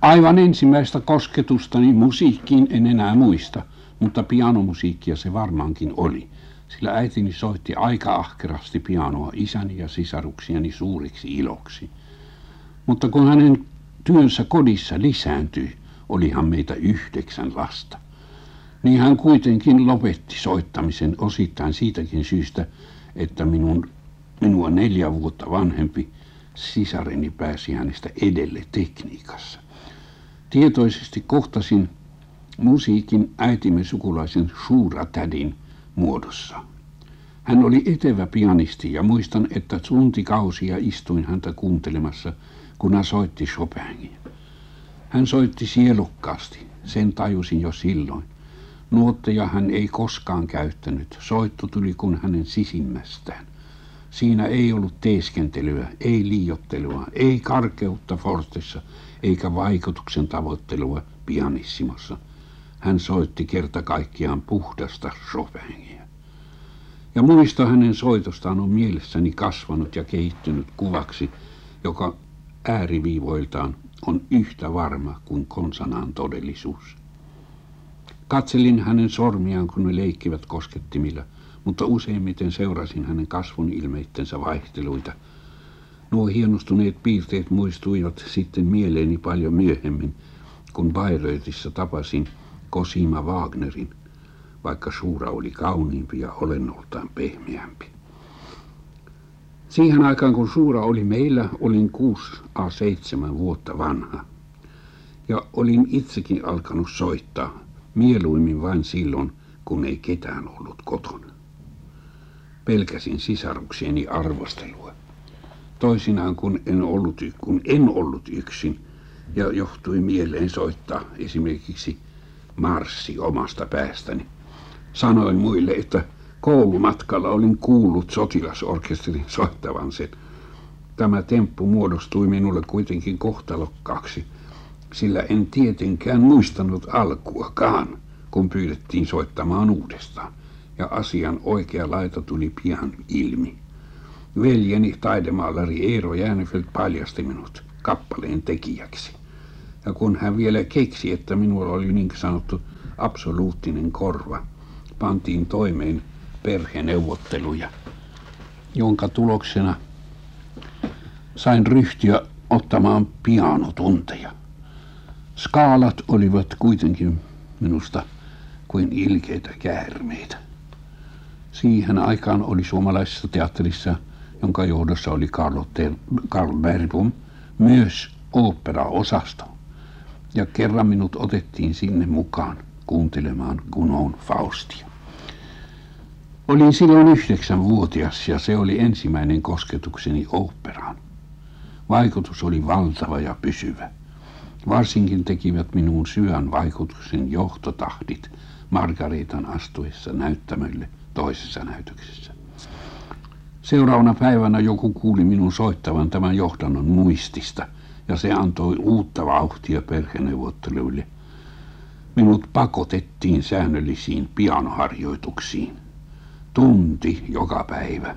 Aivan ensimmäistä kosketustani musiikkiin en enää muista, mutta pianomusiikkia se varmaankin oli, sillä äitini soitti aika ahkerasti pianoa isäni ja sisaruksieni suuriksi iloksi. Mutta kun hänen työnsä kodissa lisääntyi, olihan meitä 9 lasta, niin hän kuitenkin lopetti soittamisen osittain siitäkin syystä, että minua 4 vuotta vanhempi sisareni pääsi hänestä edelle tekniikassa. Tietoisesti kohtasin musiikin äitimme sukulaisen suuratädin muodossa. Hän oli etevä pianisti ja muistan, että tuntikausia istuin häntä kuuntelemassa, kun hän soitti Chopinia. Hän soitti sielukkaasti, sen tajusin jo silloin. Nuotteja hän ei koskaan käyttänyt, soitto tuli kuin hänen sisimmästään. Siinä ei ollut teeskentelyä, ei liioittelua, ei karkeutta fortessa, eikä vaikutuksen tavoittelua pianissimossa. Hän soitti kerta kaikkiaan puhdasta Chopinia. Ja muisto hänen soitostaan on mielessäni kasvanut ja kehittynyt kuvaksi, joka ääriviivoiltaan on yhtä varma kuin konsanaan todellisuus. Katselin hänen sormiaan, kun ne leikkivät koskettimilla, mutta useimmiten seurasin hänen kasvun ilmeittensä vaihteluita. Nuo hienostuneet piirteet muistuivat sitten mieleeni paljon myöhemmin, kun Bayreuthissa tapasin Cosima Wagnerin, vaikka suura oli kauniimpi ja olennoltaan pehmeämpi. Siihen aikaan, kun suura oli meillä, olin 6-7 vuotta vanha. Ja olin itsekin alkanut soittaa, mieluimmin vain silloin, kun ei ketään ollut kotona. Pelkäsin sisaruksieni arvostelua. Toisinaan, kun en ollut yksin, ja johtui mieleen soittaa esimerkiksi marssi omasta päästäni. Sanoin muille, että koulumatkalla olin kuullut sotilasorkesterin soittavan sen. Tämä temppu muodostui minulle kuitenkin kohtalokkaaksi, sillä en tietenkään muistanut alkuakaan, kun pyydettiin soittamaan uudestaan, ja asian oikea laita tuli pian ilmi. Veljeni taidemaalari Eero Jäänefelt paljasti minut kappaleen tekijäksi. Ja kun hän vielä keksi, että minulla oli niin sanottu absoluuttinen korva, pantiin toimeen perheneuvotteluja, jonka tuloksena sain ryhtyä ottamaan pianotunteja. Skaalat olivat kuitenkin minusta kuin ilkeitä käärmeitä. Siihen aikaan oli suomalaisessa teatterissa, jonka johdossa oli Karl Berbum, myös oopperaosasto. Ja kerran minut otettiin sinne mukaan kuuntelemaan Gounod'n Faustia. Olin silloin 9-vuotias ja se oli ensimmäinen kosketukseni oopperaan. Vaikutus oli valtava ja pysyvä. Varsinkin tekivät minuun syvän vaikutuksen johtotahdit Margaretan astuessa näyttämölle toisessa näytöksessä. Seuraavana päivänä joku kuuli minun soittavan tämän johdannon muistista, ja se antoi uutta vauhtia perheneuvotteluille. Minut pakotettiin säännöllisiin pianoharjoituksiin. Tunti joka päivä.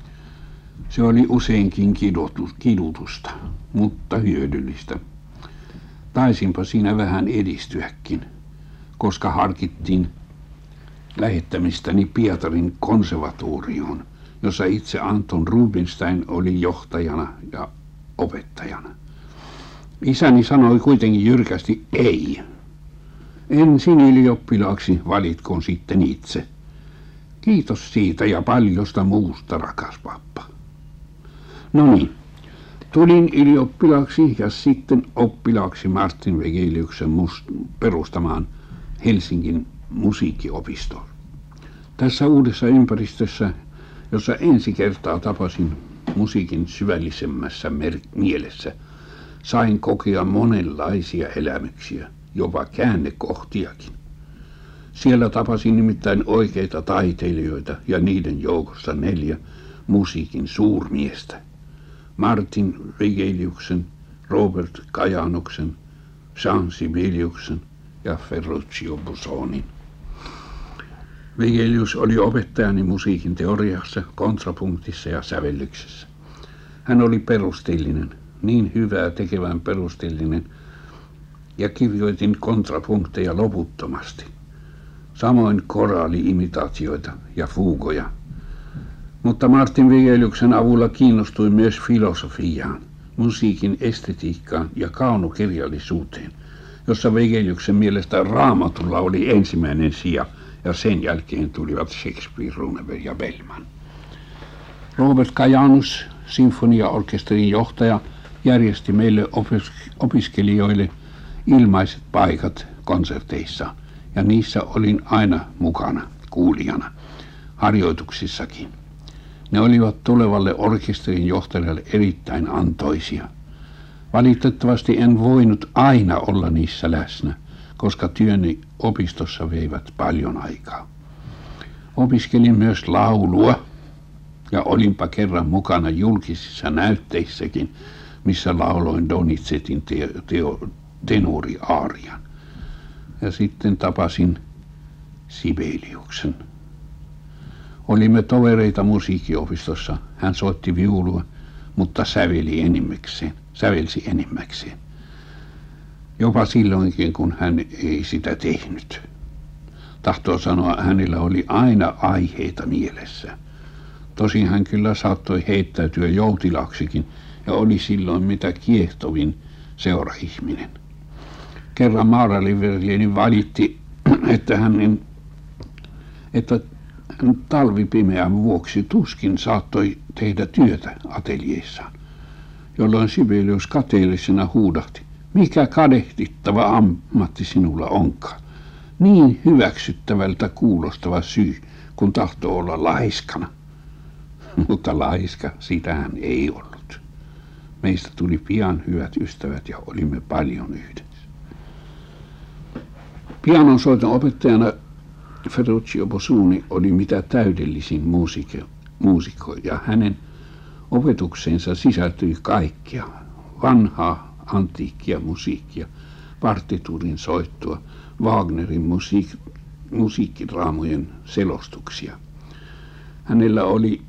Se oli useinkin kidutusta, mutta hyödyllistä. Taisinpa siinä vähän edistyäkin, koska harkittiin lähettämistäni Pietarin konservatorioon, jossa itse Anton Rubinstein oli johtajana ja opettajana. Isäni sanoi kuitenkin jyrkästi ei. Ensin ylioppilaaksi valitkoon sitten itse. Kiitos siitä ja paljosta muusta, rakas pappa. No niin, tulin ylioppilaaksi ja sitten oppilaaksi Martin Wegeliuksen perustamaan Helsingin musiikkiopistoon. Tässä uudessa ympäristössä, jossa ensi kertaa tapasin musiikin syvällisemmässä mielessä, sain kokea monenlaisia elämyksiä, jopa käännekohtiakin. Siellä tapasin nimittäin oikeita taiteilijoita ja niiden joukossa 4 musiikin suurmiestä. Martin Wegeliuksen, Robert Kajanoksen, Jean Sibeliuksen ja Ferruccio Busonin. Wegelius oli opettajani musiikin teoriassa, kontrapunktissa ja sävellyksessä. Hän oli perusteellinen, niin hyvää tekevän perusteellinen, ja kirjoitin kontrapunkteja loputtomasti. Samoin koraali-imitaatioita ja fuugoja. Mutta Martin Wigeliuksen avulla kiinnostuin myös filosofiaan, musiikin estetiikkaan ja kaunokirjallisuuteen, jossa Wigeliuksen mielestä Raamatulla oli ensimmäinen sija ja sen jälkeen tulivat Shakespeare, Runeberg ja Bellman. Robert Kajanus, sinfoniaorkesterin johtaja, järjesti meille opiskelijoille ilmaiset paikat konserteissa ja niissä olin aina mukana kuulijana, harjoituksissakin. Ne olivat tulevalle orkesterin johtajalle erittäin antoisia. Valitettavasti en voinut aina olla niissä läsnä, koska työni opistossa veivät paljon aikaa. Opiskelin myös laulua ja olinpa kerran mukana julkisissa näytteissäkin, missä lauloin Donizettin tenoriaarian. Ja sitten tapasin Sibeliuksen. Olimme tovereita musiikkiopistossa. Hän soitti viulua, mutta sävelsi enimmäkseen. Jopa silloinkin, kun hän ei sitä tehnyt. Tahtoo sanoa, hänellä oli aina aiheita mielessä. Tosin hän kyllä saattoi heittäytyä joutilaksikin ja oli silloin mitä kiehtovin seuraihminen. Kerran maaraliverlieni valitti, että hän talvipimeän vuoksi tuskin saattoi tehdä työtä ateljeissaan, jolloin Sibelius kateellisena huudahti: "Mikä kadehdittava ammatti sinulla onkaan? Niin hyväksyttävältä kuulostava syy, kun tahtoo olla laiskana." Mutta laiska sitähän ei ollut. Meistä tuli pian hyvät ystävät ja olimme paljon yhdessä. Pianonsoiton opettajana Ferruccio Busoni oli mitä täydellisin muusikko ja hänen opetukseensa sisältyi kaikkea. Vanhaa antiikkia musiikkia, partituurin soittua, Wagnerin musiikkidraamojen selostuksia. Hänellä oli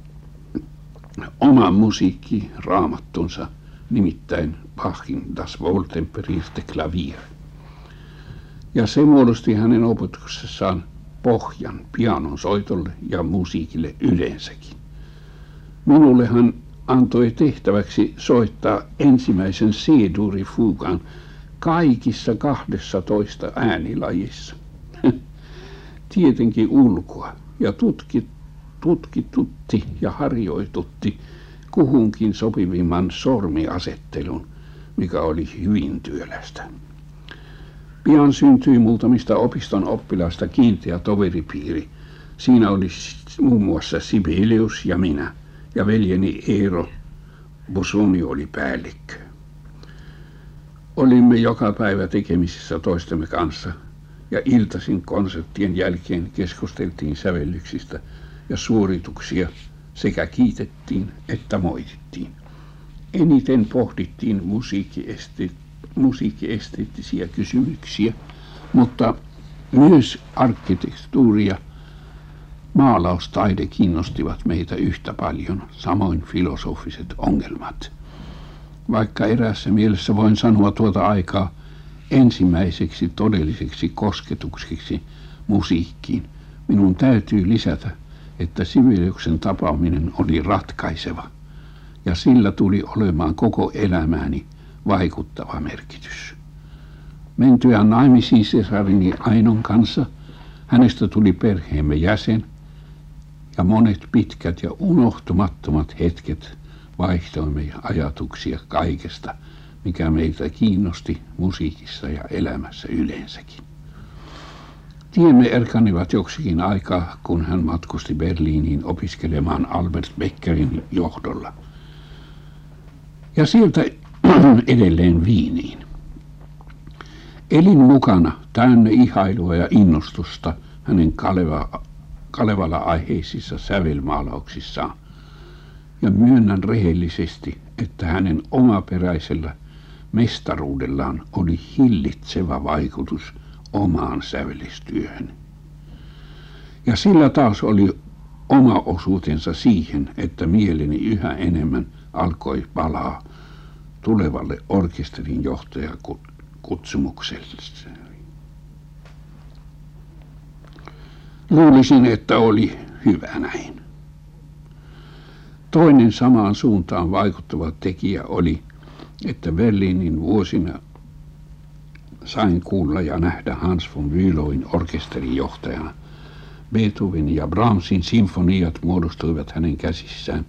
oma musiikkiraamattunsa, nimittäin Bachin Das Wohltemperierte Klavier. Ja se muodosti hänen opetuksessaan pohjan pianon soitolle ja musiikille yleensäkin. Minulle hän antoi tehtäväksi soittaa ensimmäisen C-dur-fugan kaikissa 12 äänilajissa. Tietenkin ulkoa ja tutkitutti ja harjoitutti kuhunkin sopivimman sormiasettelun, mikä oli hyvin työlästä. Pian syntyi muutamista opiston oppilaista kiinteä toveripiiri. Siinä oli muun muassa Sibelius ja minä, ja veljeni Eero Busoni oli päällikkö. Olimme joka päivä tekemisissä toistemme kanssa, ja iltaisin konserttien jälkeen keskusteltiin sävellyksistä ja suorituksia, sekä kiitettiin että moitittiin. Eniten pohdittiin musiikkiesteettisiä kysymyksiä, mutta myös arkkitehtuuri ja maalaustaide kiinnostivat meitä yhtä paljon, samoin filosofiset ongelmat. Vaikka eräässä mielessä voin sanoa tuota aikaa ensimmäiseksi todelliseksi kosketukseksi musiikkiin, minun täytyy lisätä, että Sibeliuksen tapaaminen oli ratkaiseva, ja sillä tuli olemaan koko elämääni vaikuttava merkitys. Mentyään naimisiin sesarini Ainon kanssa, hänestä tuli perheemme jäsen, ja monet pitkät ja unohtumattomat hetket vaihtoimme ajatuksia kaikesta, mikä meitä kiinnosti musiikissa ja elämässä yleensäkin. Tiemme erkanivat joksikin aikaa, kun hän matkusti Berliiniin opiskelemaan Albert Beckerin johdolla. Ja sieltä edelleen Viiniin. Elin mukana täynnä ihailua ja innostusta hänen Kalevala-aiheisissa sävelmaalauksissaan. Ja myönnän rehellisesti, että hänen omaperäisellä mestaruudellaan oli hillitsevä vaikutus omaan sävellystyöhön. Ja sillä taas oli oma osuutensa siihen, että mieleni yhä enemmän alkoi palaa tulevalle orkesterin kutsumukselle. Luulisin, että oli hyvä näin. Toinen samaan suuntaan vaikuttava tekijä oli, että Berliinin vuosina sain kuulla ja nähdä Hans von Bülowin orkesterijohtajana. Beethovenin ja Brahmsin sinfoniat muodostuivat hänen käsissään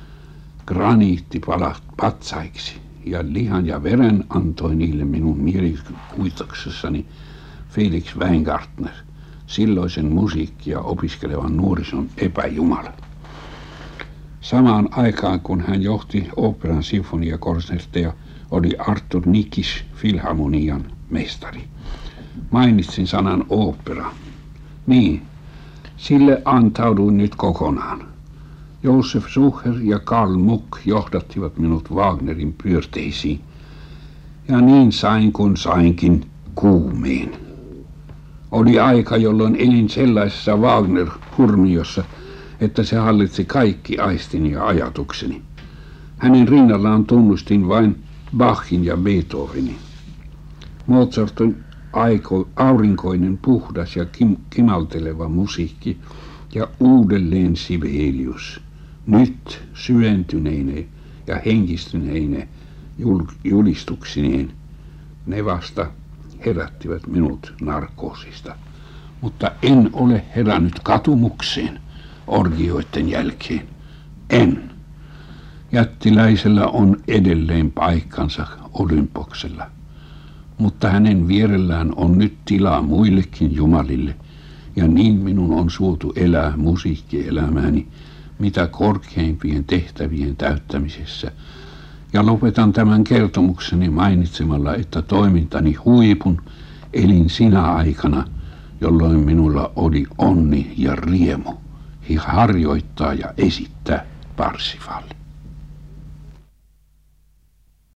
graniittipatsaiksi, ja lihan ja veren antoi niille minun mielikuvituksessani Felix Weingartner, silloisen musiikkia opiskelevan nuorison epäjumala. Samaan aikaan, kun hän johti oopperan sinfoniakonsertteja, oli Arthur Nikisch filharmonian mestari. Mainitsin sanan ooppera. Niin, sille antauduin nyt kokonaan. Josef Sucher ja Karl Muck johdattivat minut Wagnerin pyörteisiin. Ja niin sain kun sainkin kuumeen. Oli aika, jolloin elin sellaisessa Wagner-hurmiossa, että se hallitsi kaikki aistini ja ajatukseni. Hänen rinnallaan tunnustin vain Bachin ja Beethovenin. Mozartin aurinkoinen, puhdas ja kimalteleva musiikki ja uudelleen Sibelius, nyt syventyneineen ja henkistyneine julistuksineen, ne vasta herättivät minut narkoosista. Mutta en ole herännyt katumukseen orgioiden jälkeen. En. Jättiläisellä on edelleen paikkansa Olympoksella, mutta hänen vierellään on nyt tilaa muillekin jumalille, ja niin minun on suotu elää musiikkielämääni mitä korkeimpien tehtävien täyttämisessä. Ja lopetan tämän kertomukseni mainitsemalla, että toimintani huipun elin sinä aikana, jolloin minulla oli onni ja riemu harjoittaa ja esittää Parsifal.